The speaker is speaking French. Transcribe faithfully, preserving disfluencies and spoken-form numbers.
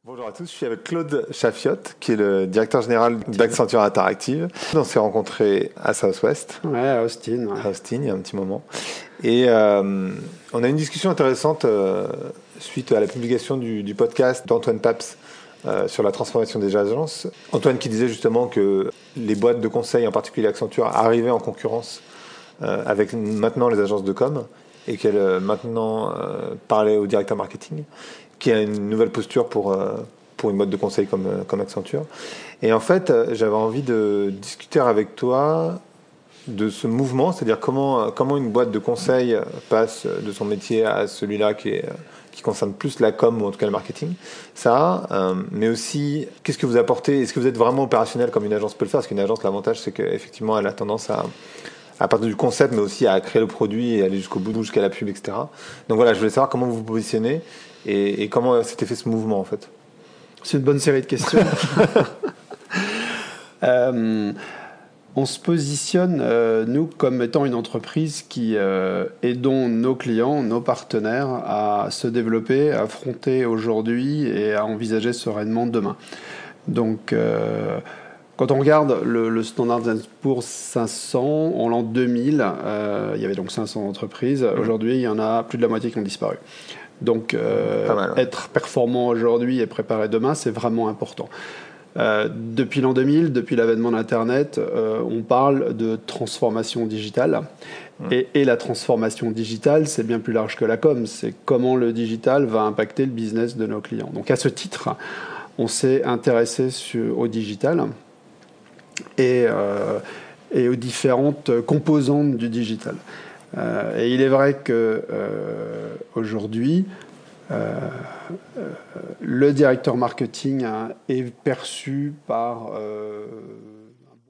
Bonjour à tous, je suis avec Claude Chafiotte, qui est le directeur général d'Accenture Interactive. On s'est rencontrés à Southwest. Ouais, à Austin. Ouais. À Austin, il y a un petit moment. Et euh, on a une discussion intéressante euh, suite à la publication du, du podcast d'Antoine Paps euh, sur la transformation des agences. Antoine qui disait justement que les boîtes de conseil, en particulier Accenture, arrivaient en concurrence euh, avec maintenant les agences de com et qu'elle euh, maintenant euh, parlait au directeur marketing, qui a une nouvelle posture pour, euh, pour une boîte de conseil comme, euh, comme Accenture. Et en fait, euh, j'avais envie de discuter avec toi de ce mouvement, c'est-à-dire comment, comment une boîte de conseil passe de son métier à celui-là qui, est, qui concerne plus la com ou en tout cas le marketing. Ça, euh, mais aussi, qu'est-ce que vous apportez? Est-ce que vous êtes vraiment opérationnel comme une agence peut le faire? Parce qu'une agence, l'avantage, c'est qu'effectivement, elle a tendance à, à partir du concept, mais aussi à créer le produit et aller jusqu'au bout, jusqu'à la pub, et cetera. Donc voilà, je voulais savoir comment vous vous positionnez et, et comment s'était fait ce mouvement, en fait. C'est une bonne série de questions. euh, on se positionne, euh, nous, comme étant une entreprise qui euh, aidons nos clients, nos partenaires à se développer, à affronter aujourd'hui et à envisager sereinement demain. Donc, euh, quand on regarde le, le Standard and Poor's cinq cents, en l'an deux mille, euh, il y avait donc cinq cents entreprises. Mmh. Aujourd'hui, il y en a plus de la moitié qui ont disparu. Donc, euh, mal, ouais. Être performant aujourd'hui et préparé demain, c'est vraiment important. Euh, depuis l'an deux mille, depuis l'avènement d'Internet, euh, on parle de transformation digitale. Mmh. Et, et la transformation digitale, c'est bien plus large que la com. C'est comment le digital va impacter le business de nos clients. Donc, à ce titre, on s'est intéressé sur, au digital et, euh, et aux différentes composantes du digital. Euh, et il est vrai que euh, aujourd'hui, euh, euh, le directeur marketing hein, est perçu par euh,